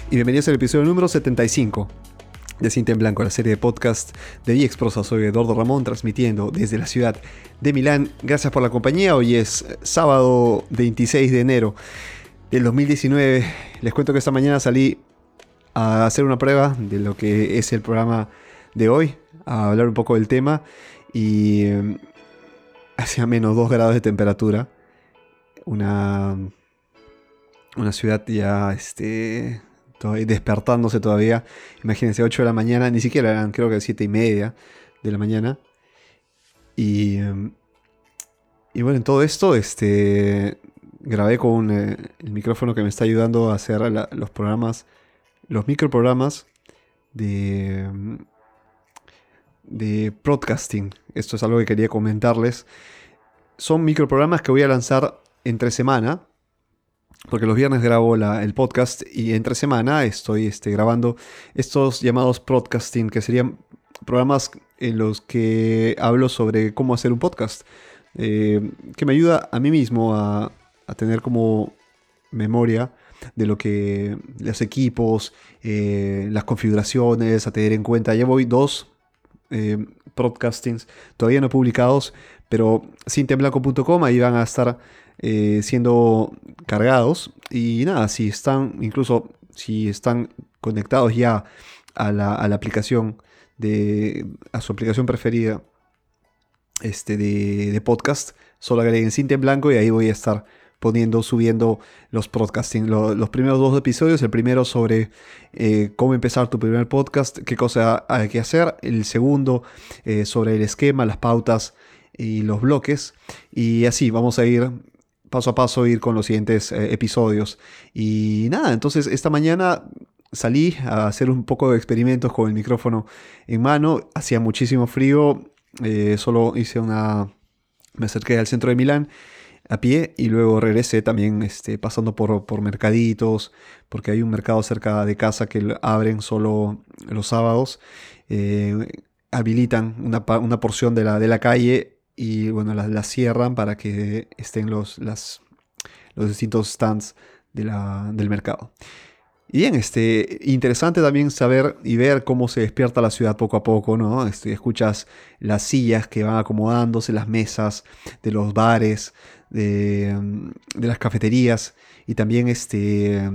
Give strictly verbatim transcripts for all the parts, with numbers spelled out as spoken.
y bienvenidos al episodio número setenta y cinco de Cinta en Blanco, la serie de podcast de ViExprosa. Soy Eduardo Ramón, transmitiendo desde la ciudad de Milán. Gracias por la compañía. Hoy es sábado veintiséis de enero del dos mil diecinueve. Les cuento que esta mañana salí a hacer una prueba de lo que es el programa de hoy, a hablar un poco del tema, y eh, hacía menos dos grados de temperatura. Una, una ciudad ya este, todavía despertándose todavía. Imagínense, ocho de la mañana, ni siquiera eran, creo que siete y media de la mañana. Y, eh, y bueno, en todo esto este, grabé con eh, el micrófono que me está ayudando a hacer la, los programas, los microprogramas de, de podcasting. Esto es algo que quería comentarles. Son microprogramas que voy a lanzar entre semana, porque los viernes grabo la, el podcast y entre semana estoy este, grabando estos llamados podcasting, que serían programas en los que hablo sobre cómo hacer un podcast, eh, que me ayuda a mí mismo a, a tener como memoria de lo que los equipos, eh, las configuraciones, a tener en cuenta. Ya voy dos eh, podcastings todavía no publicados, pero cinta en blanco punto com, ahí van a estar eh, siendo cargados. Y nada, si están, incluso si están conectados ya a la, a la aplicación de, a su aplicación preferida este, de, de podcast, solo agreguen Cinta en Blanco y ahí voy a estar poniendo, subiendo los podcasting, lo, los primeros dos episodios. El primero sobre eh, cómo empezar tu primer podcast, qué cosa hay que hacer. El segundo eh, sobre el esquema, las pautas y los bloques. Y así vamos a ir paso a paso, ir con los siguientes eh, episodios. Y nada, entonces esta mañana salí a hacer un poco de experimentos con el micrófono en mano. Hacía muchísimo frío, eh, solo hice una... me acerqué al centro de Milán a pie y luego regresé también este, pasando por, por mercaditos, porque hay un mercado cerca de casa que abren solo los sábados. Eh, habilitan una, una porción de la, de la calle y bueno, la, la cierran para que estén los, las, los distintos stands de la, del mercado. Y bien, este, interesante también saber y ver cómo se despierta la ciudad poco a poco, ¿no? Este, escuchas las sillas que van acomodándose, las mesas de los bares, de, de las cafeterías, y también este,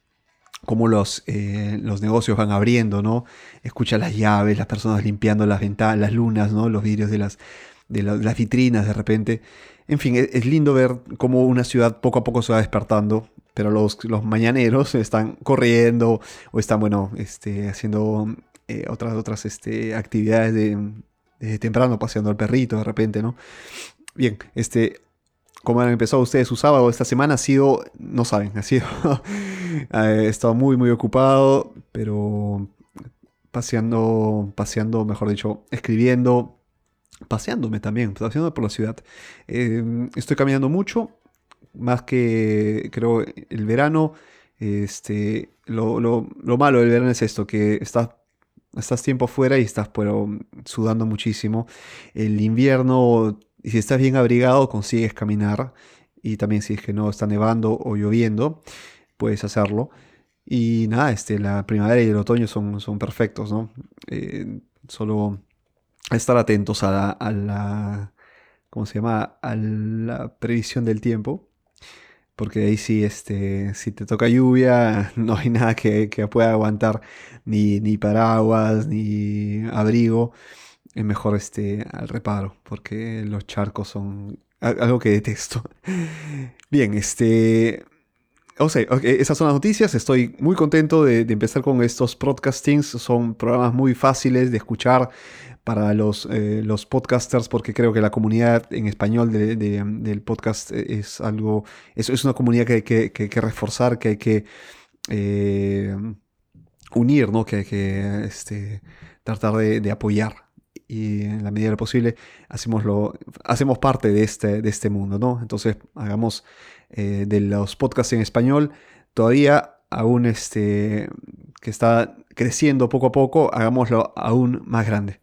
cómo los, eh, los negocios van abriendo, ¿no? Escuchas las llaves, las personas limpiando las ventanas, las lunas, ¿no? Los vidrios de las, de la, las vitrinas de repente. En fin, es, es lindo ver cómo una ciudad poco a poco se va despertando. Pero los, los mañaneros están corriendo o están, bueno, este, haciendo eh, otras, otras este, actividades de, de temprano, paseando al perrito de repente, ¿no? Bien, este, ¿cómo han empezado ustedes su sábado? Esta semana ha sido, no saben, ha sido, he estado muy, muy ocupado, pero paseando, paseando, mejor dicho, escribiendo, paseándome también, paseando por la ciudad. Eh, estoy caminando mucho. Más que, creo, el verano, este, lo, lo, lo malo del verano es esto, que estás, estás tiempo fuera y estás pero, sudando muchísimo. El invierno, y si estás bien abrigado, consigues caminar. Y también si es que no está nevando o lloviendo, puedes hacerlo. Y nada, este, la primavera y el otoño son, son perfectos, ¿no? Eh, solo estar atentos a la, a la, ¿cómo se llama? A la previsión del tiempo. Porque ahí sí, este, si te toca lluvia, no hay nada que, que pueda aguantar, ni, ni paraguas, ni abrigo. Es mejor este, al reparo, porque los charcos son algo que detesto. Bien, este... O sea, okay, esas son las noticias. Estoy muy contento de, de empezar con estos podcastings. Son programas muy fáciles de escuchar para los, eh, los podcasters, porque creo que la comunidad en español de, de, del podcast es algo, es, es una comunidad que hay que, que, que reforzar, que hay que eh, unir, ¿no? Que hay que este, tratar de, de apoyar. Y en la medida de lo posible hacemos, lo, hacemos parte de este, de este mundo, ¿no? Entonces hagamos eh, de los podcasts en español todavía aún este, que está creciendo poco a poco, hagámoslo aún más grande.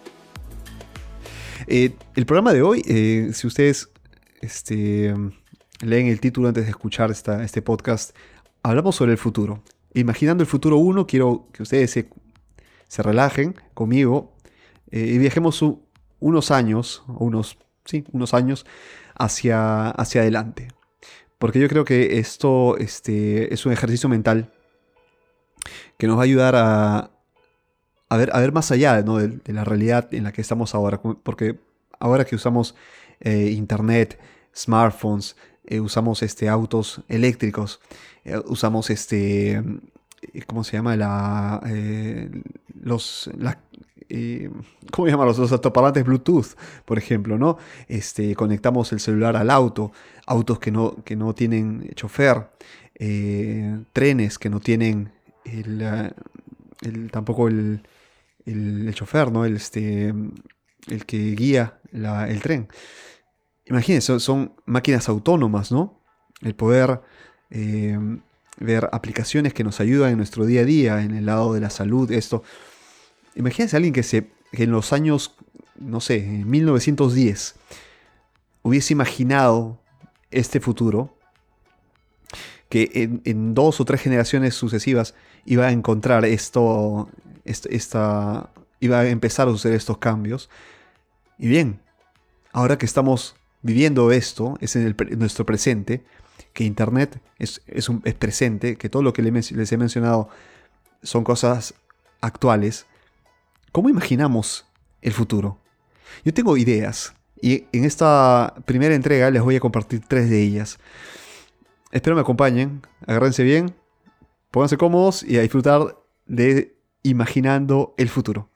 Eh, el programa de hoy, eh, si ustedes este, leen el título antes de escuchar esta, este podcast, hablamos sobre el futuro. Imaginando el futuro uno, quiero que ustedes se, se relajen conmigo eh, y viajemos u, unos años, unos, sí, unos años hacia, hacia adelante. Porque yo creo que esto este, es un ejercicio mental que nos va a ayudar a, a, ver, a ver más allá, ¿no? de, de la realidad en la que estamos ahora. Porque ahora que usamos eh, internet, smartphones, eh, usamos este, autos eléctricos, eh, usamos este, ¿cómo se llama? La, eh, los, la, eh, ¿cómo llaman los, los altoparlantes Bluetooth, por ejemplo, ¿no? Este, conectamos el celular al auto, autos que no, que no tienen chofer, eh, trenes que no tienen el, uh, el, tampoco el, el, el chofer, ¿no? El, este, el que guía la, el tren. Imagínense, son, son máquinas autónomas, ¿no? El poder eh, ver aplicaciones que nos ayudan en nuestro día a día, en el lado de la salud, esto. Imagínense a alguien que, se, que en los años, no sé, en mil novecientos diez, hubiese imaginado este futuro, que en, en dos o tres generaciones sucesivas iba a encontrar esto, esta, esta, iba a empezar a suceder estos cambios. Y bien, ahora que estamos viviendo esto, es en, el, en nuestro presente, que Internet es, es, un, es presente, que todo lo que les, les he mencionado son cosas actuales. ¿Cómo imaginamos el futuro? Yo tengo ideas y en esta primera entrega les voy a compartir tres de ellas. Espero me acompañen, agárrense bien, pónganse cómodos y a disfrutar de imaginando el futuro.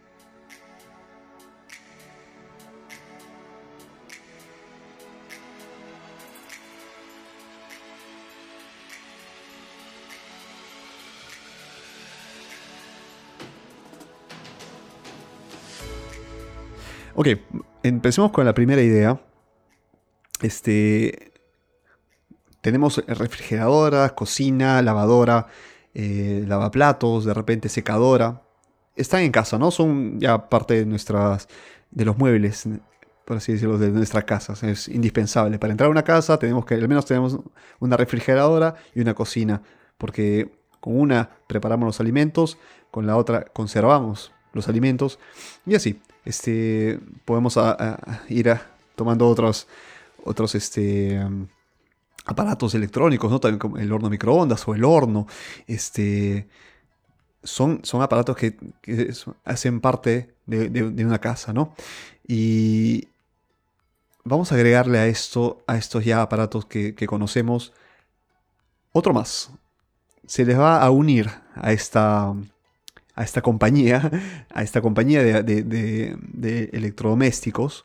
Ok, empecemos con la primera idea. Este, tenemos refrigeradora, cocina, lavadora, eh, lavaplatos, de repente secadora. Están en casa, ¿no? Son ya parte de nuestras, de los muebles, por así decirlo, de nuestras casas. Es indispensable. Para entrar a una casa tenemos que, al menos tenemos una refrigeradora y una cocina, porque con una preparamos los alimentos, con la otra conservamos los alimentos y así. Este, podemos a, a ir a, tomando otros, otros este, um, aparatos electrónicos, ¿no? También como el horno microondas o el horno. Este, son, son aparatos que, que hacen parte de, de, de una casa, ¿no? Y vamos a agregarle a esto, a estos ya aparatos que, que conocemos, otro más. Se les va a unir a esta... a esta compañía, a esta compañía de, de, de, de electrodomésticos,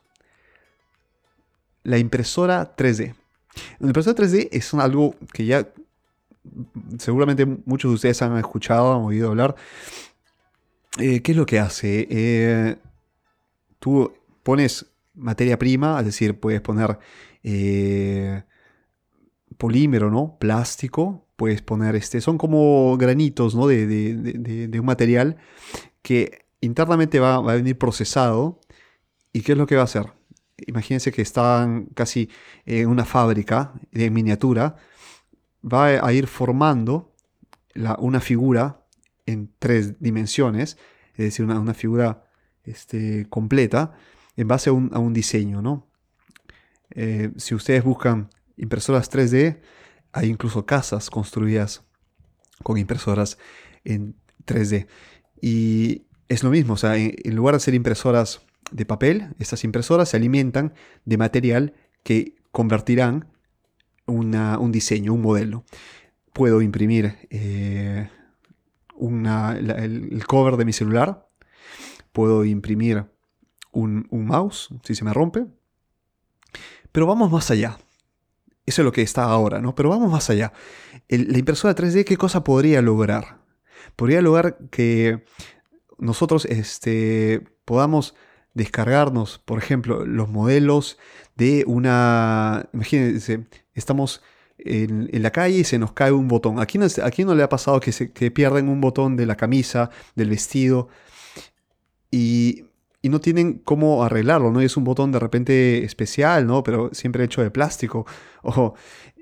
la impresora tres D. La impresora tres D es algo que ya seguramente muchos de ustedes han escuchado, han oído hablar. Eh, ¿Qué es lo que hace? Eh, tú pones materia prima, es decir, puedes poner eh, polímero, ¿no? Plástico. Puedes poner este, son como granitos, ¿no? de, de, de, de un material que internamente va, va a venir procesado. ¿Y qué es lo que va a hacer? Imagínense que están casi en una fábrica de miniatura. Va a ir formando la, una figura en tres dimensiones, es decir, una, una figura este, completa en base a un, a un diseño, ¿no? Eh, si ustedes buscan impresoras tres D, hay incluso casas construidas con impresoras en tres D. Y es lo mismo, o sea, en, en lugar de ser impresoras de papel, estas impresoras se alimentan de material que convertirán una, un diseño, un modelo. Puedo imprimir eh, una, la, el, el cover de mi celular, puedo imprimir un, un mouse si se me rompe, pero vamos más allá. Eso es lo que está ahora, ¿no? Pero vamos más allá. El, la impresora tres D, ¿qué cosa podría lograr? Podría lograr que nosotros este, podamos descargarnos, por ejemplo, los modelos de una... Imagínense, estamos en, en la calle y se nos cae un botón. ¿A quién, a quién no le ha pasado que, se, que pierden un botón de la camisa, del vestido? Y y no tienen cómo arreglarlo, ¿no? Y es un botón de repente especial, ¿no? Pero siempre hecho de plástico. O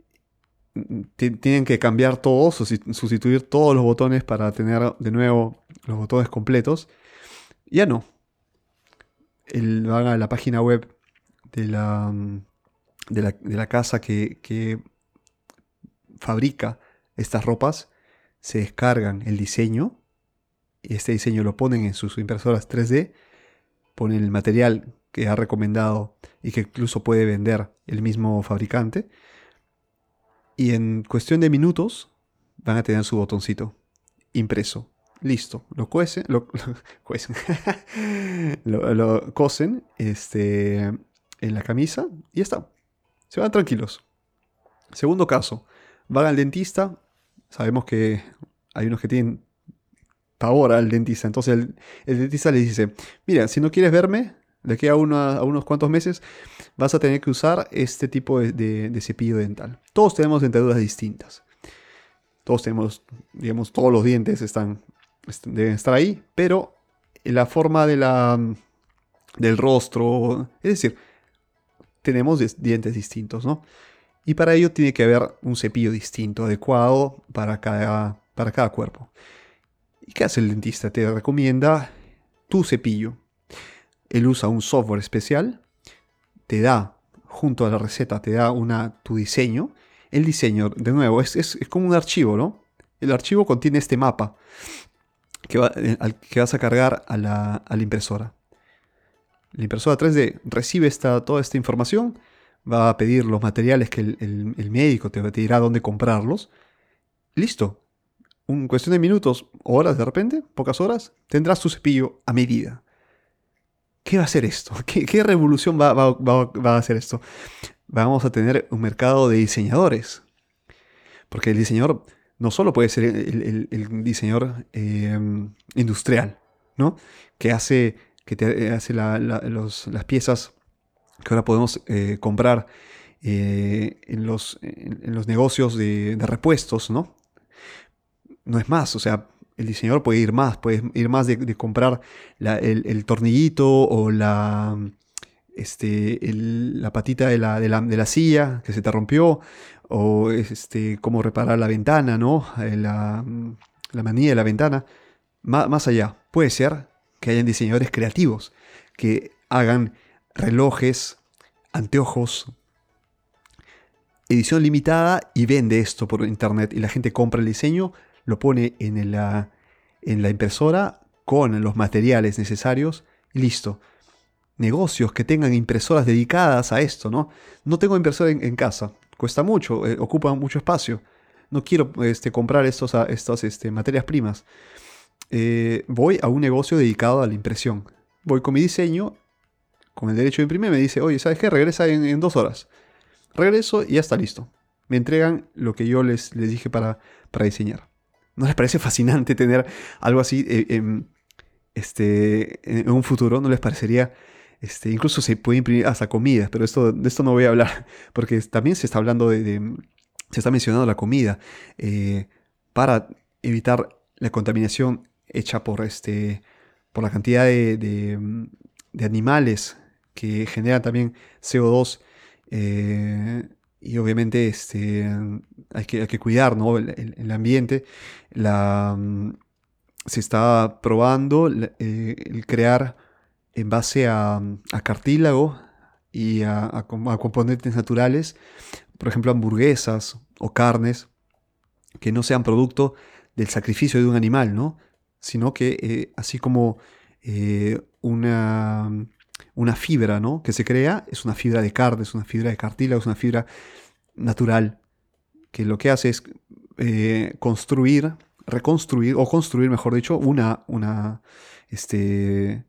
t- tienen que cambiar todos, susti- sustituir todos los botones para tener de nuevo los botones completos. Ya no. El, van a la página web de la, mm, de la, de la casa que, que fabrica estas ropas, se descargan el diseño y este diseño lo ponen en sus impresoras tres D, ponen el material que ha recomendado y que incluso puede vender el mismo fabricante, y en cuestión de minutos van a tener su botoncito impreso. Listo, lo cuecen, lo, lo cuecen, lo, lo cosen este, en la camisa y ya está. Se van tranquilos. Segundo caso, van al dentista. Sabemos que hay unos que tienen pavor al dentista. Entonces el, el dentista les dice, mira, si no quieres verme, de aquí a, una- a unos cuantos meses, vas a tener que usar este tipo de, de- de cepillo dental. Todos tenemos dentaduras distintas. Todos tenemos, digamos, todos los dientes están, est- deben estar ahí, pero la forma de la, del rostro, es decir, tenemos des- dientes distintos, ¿no? Y para ello tiene que haber un cepillo distinto, adecuado para cada, para cada cuerpo. ¿Y qué hace el dentista? Te recomienda tu cepillo. Él usa un software especial, te da, junto a la receta, te da una, tu diseño. El diseño, de nuevo, es, es, es como un archivo, ¿no? El archivo contiene este mapa que, va, eh, al que vas a cargar a la, a la impresora. La impresora tres D recibe esta, toda esta información, va a pedir los materiales que el, el- el médico te, te dirá dónde comprarlos. Listo. En cuestión de minutos, horas de repente, pocas horas, tendrás tu cepillo a medida. ¿Qué va a hacer esto? ¿Qué, qué revolución va, va- va- va a hacer esto? Vamos a tener un mercado de diseñadores. Porque el diseñador no solo puede ser el, el- el diseñador eh, industrial, ¿no? Que hace, que te hace la- la- los- las piezas que ahora podemos eh, comprar eh, en, los, en, en los negocios de, de repuestos, ¿no? No es más, o sea, el diseñador puede ir más, puede ir más de, de comprar la- el, el tornillito o la, este, el- la patita de la, de la, de la silla que se te rompió, o este, cómo reparar la ventana, ¿no? Eh, La, la manilla de la ventana. Má- más allá, puede ser que hayan diseñadores creativos que hagan relojes, anteojos, edición limitada y vende esto por internet y la gente compra el diseño, lo pone en la, en la impresora con los materiales necesarios y listo. Negocios que tengan impresoras dedicadas a esto, ¿no? No tengo impresora en, en casa, cuesta mucho, eh, ocupa mucho espacio. No quiero este, comprar estos, a- estas este, materias primas. Eh, voy a un negocio dedicado a la impresión. Voy con mi diseño, con el derecho de imprimir, me dice, oye, ¿sabes qué? Regresa en, en dos horas. Regreso y ya está listo. Me entregan lo que yo les, les dije para, para diseñar. ¿No les parece fascinante tener algo así eh, em, este, en un futuro? ¿No les parecería? Este, incluso se puede imprimir hasta comidas, pero esto, de esto no voy a hablar, porque también se está hablando de, de- se está mencionando la comida, eh, para evitar la contaminación hecha por, este, por la cantidad de, de, de animales que generan también C O dos, eh, y obviamente este, hay que, hay que cuidar, ¿no? el, el- el ambiente. La, mm, Se está probando la- eh, el crear en base a, a cartílago y a, a com- a componentes naturales, por ejemplo, hamburguesas o carnes que no sean producto del sacrificio de un animal, ¿no? Sino que eh, así como eh, una, una fibra, ¿no? Que se crea, es una fibra de carne, es una fibra de cartílago, es una fibra natural, que lo que hace es eh, construir, reconstruir, o construir, mejor dicho, una, una, este,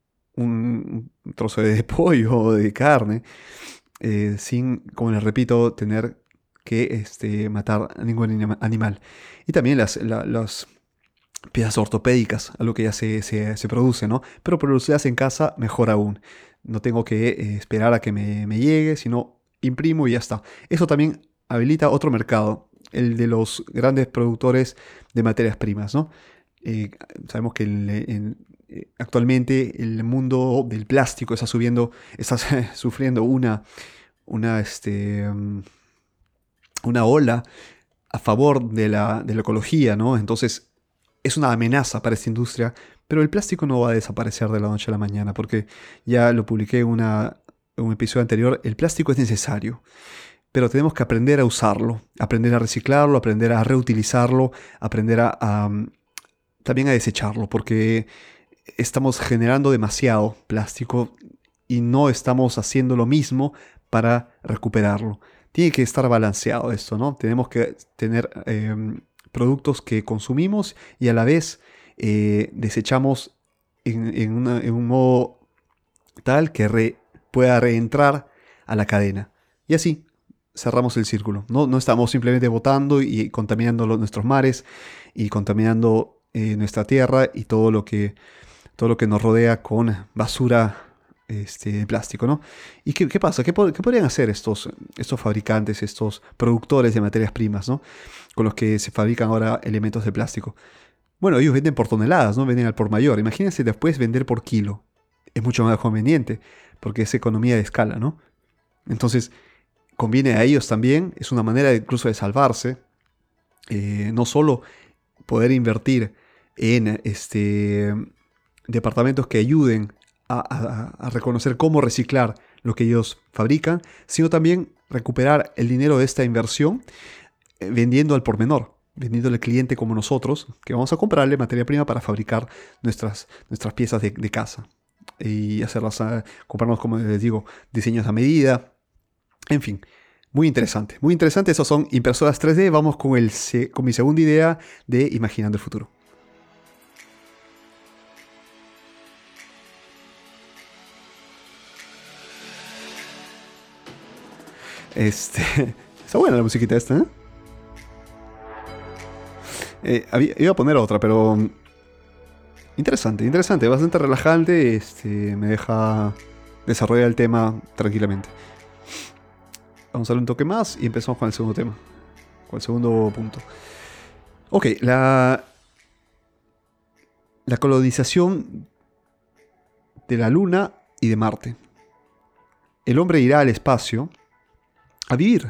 un trozo de pollo o de carne, eh, sin, como les repito, tener que este, matar a ningún anima- animal. Y también las, la- las piezas ortopédicas, algo que ya se, se, se produce, ¿no? Pero producidas en casa, mejor aún. No tengo que eh, esperar a que me, me llegue, sino imprimo y ya está. Eso también habilita otro mercado, el de los grandes productores de materias primas, ¿no? Eh, Sabemos que en, en- Actualmente el mundo del plástico está subiendo, está sufriendo una, una, este, um, una ola a favor de la, de la ecología, ¿no? Entonces es una amenaza para esta industria, pero el plástico no va a desaparecer de la noche a la mañana, porque ya lo publiqué en, una, en un episodio anterior, el plástico es necesario, pero tenemos que aprender a usarlo, aprender a reciclarlo, aprender a reutilizarlo, aprender a, a también a desecharlo, porque estamos generando demasiado plástico y no estamos haciendo lo mismo para recuperarlo. Tiene que estar balanceado esto, ¿no? Tenemos que tener eh, productos que consumimos y a la vez eh, desechamos en, en, una, en un modo tal que re, pueda reentrar a la cadena. Y así cerramos el círculo. No, no estamos simplemente botando y contaminando los, nuestros mares y contaminando eh, nuestra tierra y todo lo que, todo lo que nos rodea con basura este, de plástico, ¿no? ¿Y qué, qué pasa? ¿Qué, ¿Qué podrían hacer estos, estos fabricantes, estos productores de materias primas, ¿no? Con los que se fabrican ahora elementos de plástico? Bueno, ellos venden por toneladas, ¿no? Venden al por mayor. Imagínense después vender por kilo. Es mucho más conveniente porque es economía de escala, ¿no? Entonces, conviene a ellos también. Es una manera incluso de salvarse. Eh, no solo poder invertir en este, departamentos que ayuden a, a, a reconocer cómo reciclar lo que ellos fabrican, sino también recuperar el dinero de esta inversión eh, vendiendo al por menor, vendiéndole al cliente como nosotros, que vamos a comprarle materia prima para fabricar nuestras, nuestras piezas de, de casa y hacerlas, a, comprarnos, como les digo, diseños a medida, en fin. Muy interesante, muy interesante. Esos son impresoras tres D. Vamos con, el, con mi segunda idea de Imaginando el Futuro. Este, está buena la musiquita esta, ¿eh? eh había, iba a poner otra, pero interesante, interesante, bastante relajante. Este, me deja desarrollar el tema tranquilamente. Vamos a darle un toque más y empezamos con el segundo tema, con el segundo punto. Ok, la, la colonización de la Luna y de Marte. El hombre irá al espacio a vivir.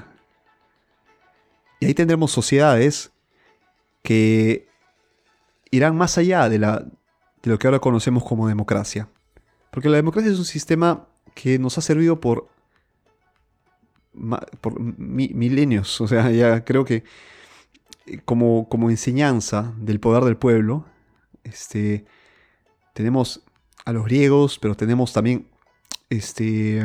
Y ahí tendremos sociedades que irán más allá de, la, de lo que ahora conocemos como democracia. Porque la democracia es un sistema que nos ha servido por, por mi, milenios. O sea, ya creo que como, como enseñanza del poder del pueblo, este, tenemos a los griegos, pero tenemos también este,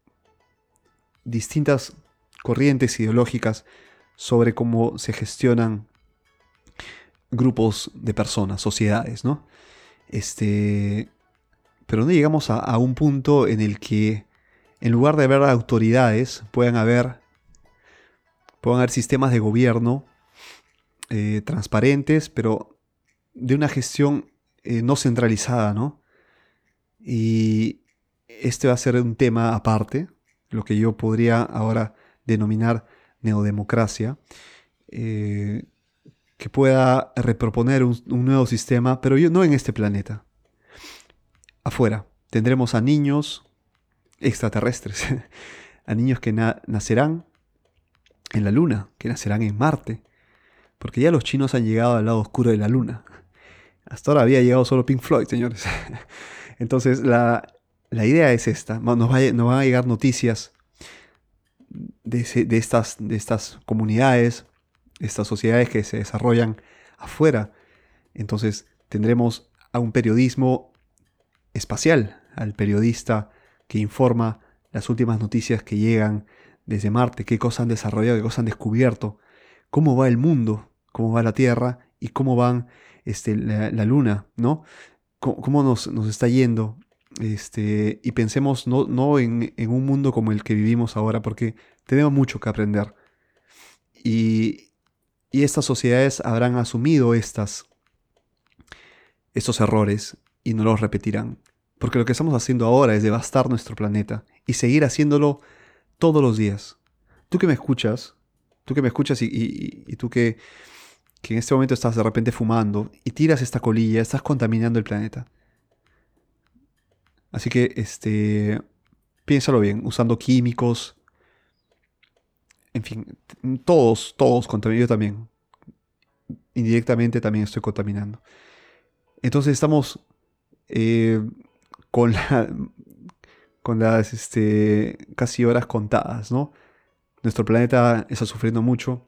distintas corrientes ideológicas sobre cómo se gestionan grupos de personas, sociedades, ¿no? Este, pero no llegamos a, a un punto en el que, en lugar de haber autoridades, puedan haber, puedan haber sistemas de gobierno eh, transparentes, pero de una gestión eh, no centralizada, ¿no? Y este va a ser un tema aparte, lo que yo podría ahora denominar neodemocracia, eh, que pueda reproponer un, un nuevo sistema, pero yo, no en este planeta. Afuera tendremos a niños extraterrestres, a niños que na- nacerán en la Luna, que nacerán en Marte, porque ya los chinos han llegado al lado oscuro de la Luna. Hasta ahora había llegado solo Pink Floyd, señores. Entonces la, la idea es esta, nos, va, nos van a llegar noticias de, de, estas, de estas comunidades, estas sociedades que se desarrollan afuera. Entonces tendremos a un periodismo espacial, al periodista que informa las últimas noticias que llegan desde Marte, qué cosas han desarrollado, qué cosas han descubierto, cómo va el mundo, cómo va la Tierra y cómo van este, la, la Luna, ¿no? Cómo, cómo nos, nos está yendo. Este, y pensemos no, no en, en un mundo como el que vivimos ahora, porque tenemos mucho que aprender. Y, y estas sociedades habrán asumido estas, estos errores y no los repetirán. Porque lo que estamos haciendo ahora es devastar nuestro planeta y seguir haciéndolo todos los días. Tú que me escuchas, tú que me escuchas y, y, y tú que, que en este momento estás de repente fumando y tiras esta colilla, estás contaminando el planeta. Así que este, piénsalo bien, usando químicos, en fin, todos, todos contaminan, yo también, indirectamente también estoy contaminando. Entonces estamos eh, con, la, con las este, casi horas contadas, ¿no? Nuestro planeta está sufriendo mucho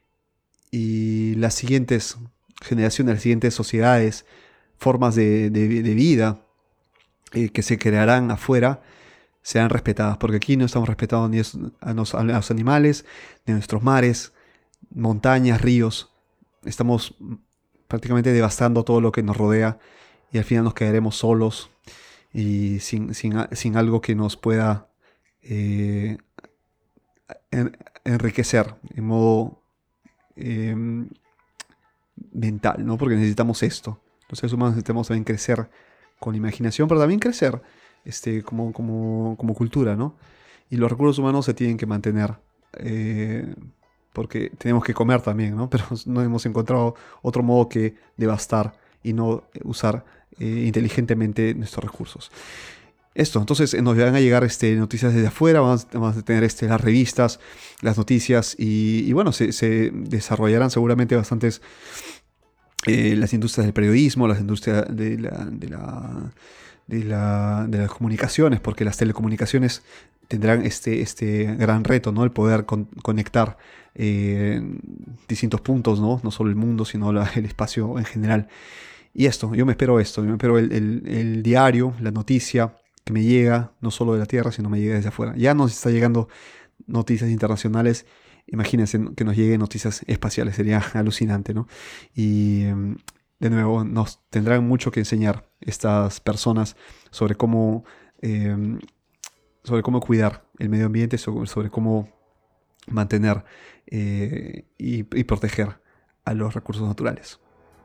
y las siguientes generaciones, las siguientes sociedades, formas de, de- de vida eh, que se crearán afuera, sean respetadas, porque aquí no estamos respetando ni es- a los, a los animales, ni a nuestros mares, montañas, ríos. Estamos prácticamente devastando todo lo que nos rodea y al final nos quedaremos solos y sin, sin a- sin algo que nos pueda eh, en- enriquecer en modo em, mental, ¿no? Porque necesitamos esto. Los seres humanos necesitamos también crecer con imaginación, pero también crecer este, como, como, como cultura, ¿no? Y los recursos humanos se tienen que mantener, eh, porque tenemos que comer también, ¿no? Pero no hemos encontrado otro modo que devastar y no usar eh, inteligentemente nuestros recursos. Esto, entonces eh, nos van a llegar este, noticias desde afuera, vamos, vamos a tener este, las revistas, las noticias y, y bueno, se, se desarrollarán seguramente bastantes eh, las industrias del periodismo, las industrias de la, de la, de la- de las comunicaciones, porque las telecomunicaciones tendrán este, este gran reto, ¿no? El poder con- conectar eh, distintos puntos, ¿no? No solo el mundo, sino la- el espacio en general. Y esto, yo me espero esto, yo me espero el, el- el diario, la noticia que me llega, no solo de la Tierra, sino me llega desde afuera. Ya nos está llegando noticias internacionales. Imagínense que nos lleguen noticias espaciales, sería alucinante, ¿no? Y em, de nuevo, nos tendrán mucho que enseñar estas personas sobre cómo, em, sobre cómo cuidar el medio ambiente, sobre, sobre cómo mantener eh, y, y proteger a los recursos naturales.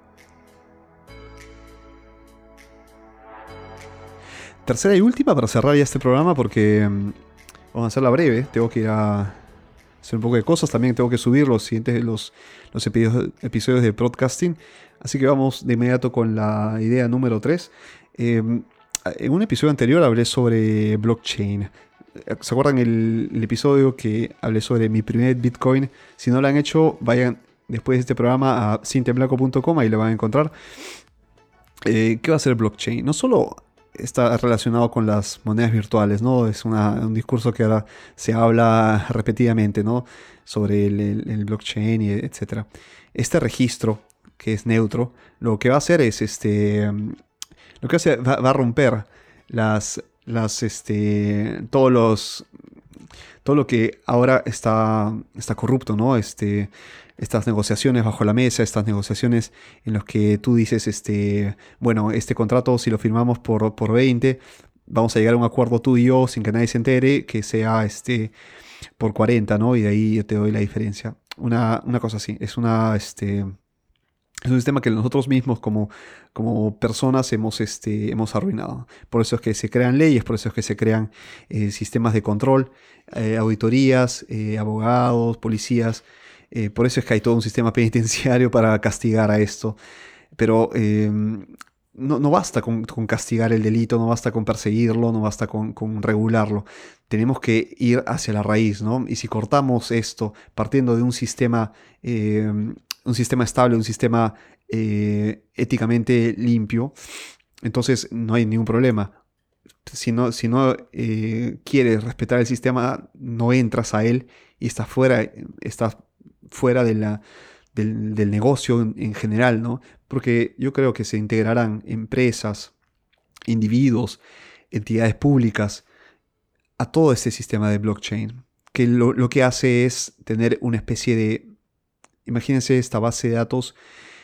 Tercera y última para cerrar ya este programa, porque em, vamos a hacerla breve. Tengo que ir a hacer un poco de cosas. También tengo que subir los siguientes los, los episodios, episodios de podcasting. Así que vamos de inmediato con la idea número tres. Eh, en un episodio anterior hablé sobre blockchain. ¿Se acuerdan el, el episodio que hablé sobre mi primer Bitcoin? Si no lo han hecho, vayan después de este programa a cintiablanco punto com, ahí lo van a encontrar. Eh, ¿Qué va a ser blockchain? No solo está relacionado con las monedas virtuales, ¿no? Es una- un discurso que ahora se habla repetidamente, ¿no? Sobre el, el- el blockchain y etcétera. Este registro, que es neutro, lo que va a hacer es, este, mm, lo que hace, va, va a romper las, las, este, todos los, todo lo que ahora está, está corrupto, ¿no? Este, estas negociaciones bajo la mesa, estas negociaciones en las que tú dices, este, bueno, este contrato si lo firmamos por, por veinte, vamos a llegar a un acuerdo tú y yo sin que nadie se entere, que sea este, por cuarenta, ¿no? Y de ahí yo te doy la diferencia. Una, una cosa así, es una, este, es un sistema que nosotros mismos como, como personas hemos, este, hemos arruinado. Por eso es que se crean leyes, por eso es que se crean eh, sistemas de control, eh, auditorías, eh, abogados, policías. Eh, por eso es que hay todo un sistema penitenciario para castigar a esto. Pero eh, no, no basta con, con castigar el delito, no basta con perseguirlo, no basta con, con regularlo. Tenemos que ir hacia la raíz, ¿no? Y si cortamos esto partiendo de un sistema, eh, un sistema estable, un sistema eh, éticamente limpio, entonces no hay ningún problema. Si no, si no eh, quieres respetar el sistema, no entras a él y estás fuera, estás fuera de la, del, del negocio en, en general, ¿no? Porque yo creo que se integrarán empresas, individuos, entidades públicas a todo este sistema de blockchain, que lo, lo que hace es tener una especie de, imagínense esta base de datos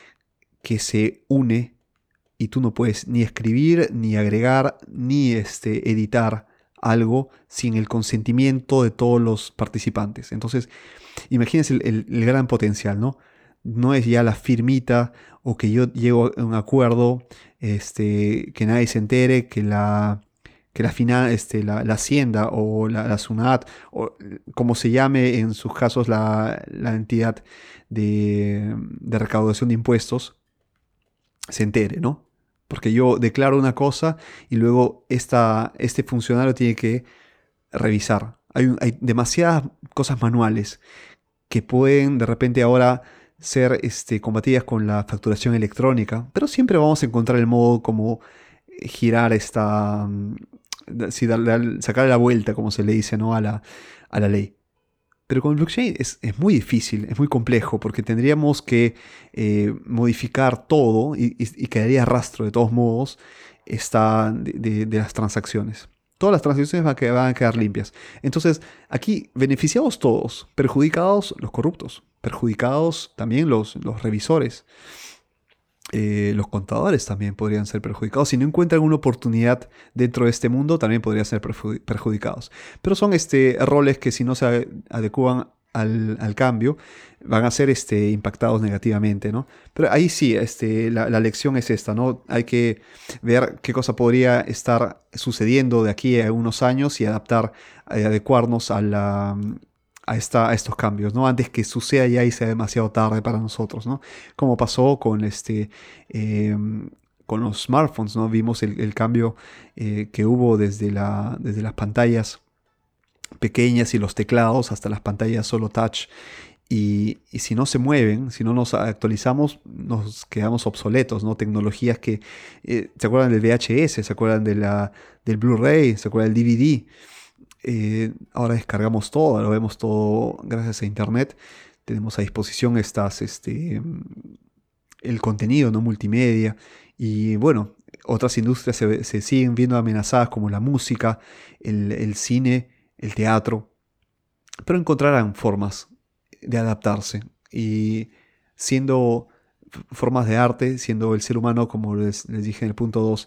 que se une y tú no puedes ni escribir, ni agregar, ni este, editar algo sin el consentimiento de todos los participantes. Entonces, imagínense el, el- el gran potencial, ¿no? No es ya la firmita o que yo llego a un acuerdo, este, que nadie se entere, que la, que la, fina- este, la, la Hacienda o la, la SUNAT, o como se llame en sus casos la, la entidad de, de recaudación de impuestos, se entere, ¿no? Porque yo declaro una cosa y luego esta, este funcionario tiene que revisar. Hay, un- hay demasiadas cosas manuales que pueden de repente ahora ser este, combatidas con la facturación electrónica, pero siempre vamos a encontrar el modo como eh, girar esta, mm, da- sí, darle al- sacarle la vuelta, como se le dice, ¿no? a la, a la ley. Pero con el blockchain es, es muy difícil, es muy complejo, porque tendríamos que eh, modificar todo y, y- y quedaría rastro de todos modos esta, de, de- de las transacciones. Todas las transacciones van a, que- van a quedar limpias. Entonces, aquí beneficiados todos, perjudicados los corruptos, perjudicados también los, los revisores. Eh, los contadores también podrían ser perjudicados. Si no encuentran una oportunidad dentro de este mundo, también podrían ser perju- perjudicados. Pero son este, roles que si no se ade- adecuan al, al cambio, van a ser este, impactados negativamente, ¿no? Pero ahí sí, este, la, la lección es esta, ¿no? Hay que ver qué cosa podría estar sucediendo de aquí a unos años y adaptar, eh, adecuarnos a la, a, esta, a estos cambios, ¿no? Antes que suceda ya y sea demasiado tarde para nosotros, ¿no? Como pasó con este... eh, con los smartphones, ¿no? Vimos el, el cambio eh, que hubo desde, la, desde las pantallas pequeñas y los teclados hasta las pantallas solo touch. Y, y si no se mueven, si no nos actualizamos, nos quedamos obsoletos, ¿no? Tecnologías que, eh, ¿se acuerdan del V H S? ¿Se acuerdan de la, del Blu-ray? ¿Se acuerdan del D V D? Eh, ahora descargamos todo, lo vemos todo gracias a Internet. Tenemos a disposición estas, este, el contenido, ¿no? Multimedia. Y bueno, otras industrias se, se siguen viendo amenazadas como la música, el, el cine, el teatro, pero encontrarán formas de adaptarse y siendo f- formas de arte, siendo el ser humano, como les, les dije en el punto dos,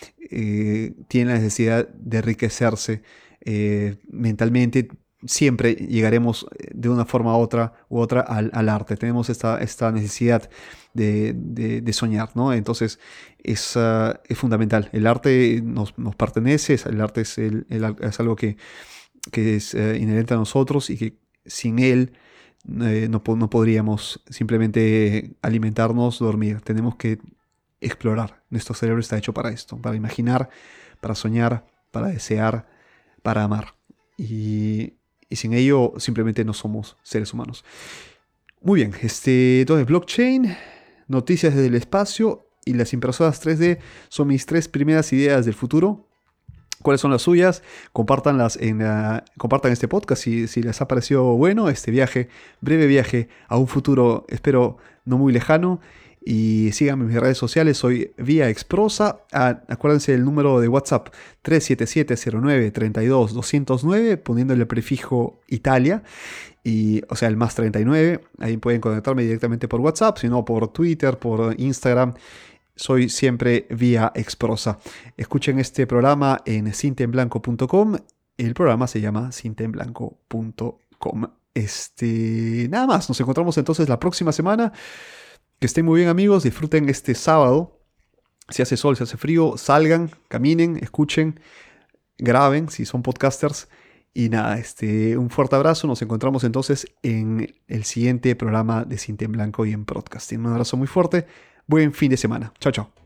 eh, tiene la necesidad de enriquecerse eh, mentalmente. Siempre llegaremos eh, de una forma u otra, u otra al, al arte. Tenemos esta, esta necesidad de, de- de soñar, ¿no? Entonces es, ah, es fundamental. El arte nos, nos pertenece, es- el arte es, el- el- es algo que, que es eh, inherente a nosotros y que sin él eh, no, po- no podríamos simplemente alimentarnos, dormir. Tenemos que explorar. Nuestro cerebro está hecho para esto, para imaginar, para soñar, para desear, para amar. Y, y sin ello simplemente no somos seres humanos. Muy bien, este, entonces blockchain, noticias desde el espacio y las impresoras tres D son mis tres primeras ideas del futuro. ¿Cuáles son las suyas? Compártanlas en la- compartan este podcast si, si les ha parecido bueno este viaje, breve viaje a un futuro, espero no muy lejano. Y síganme en mis redes sociales, soy Vía Exprosa. Ah, acuérdense del número de WhatsApp tres siete siete cero nueve tres dos dos cero nueve, poniéndole el prefijo Italia, y, o sea, el más treinta y nueve. Ahí pueden conectarme directamente por WhatsApp, sino por Twitter, por Instagram. Soy siempre Vía Exprosa. Escuchen este programa en cinta en blanco punto com. El programa se llama cinta en blanco punto com. Este, nada más, nos encontramos entonces la próxima semana. Que estén muy bien, amigos, disfruten este sábado. Si hace sol, si hace frío, salgan, caminen, escuchen, graben si son podcasters. Y nada, este, un fuerte abrazo. Nos encontramos entonces en el siguiente programa de Cinta en Blanco y en Podcasting. Un abrazo muy fuerte. Buen fin de semana. Chao, chao.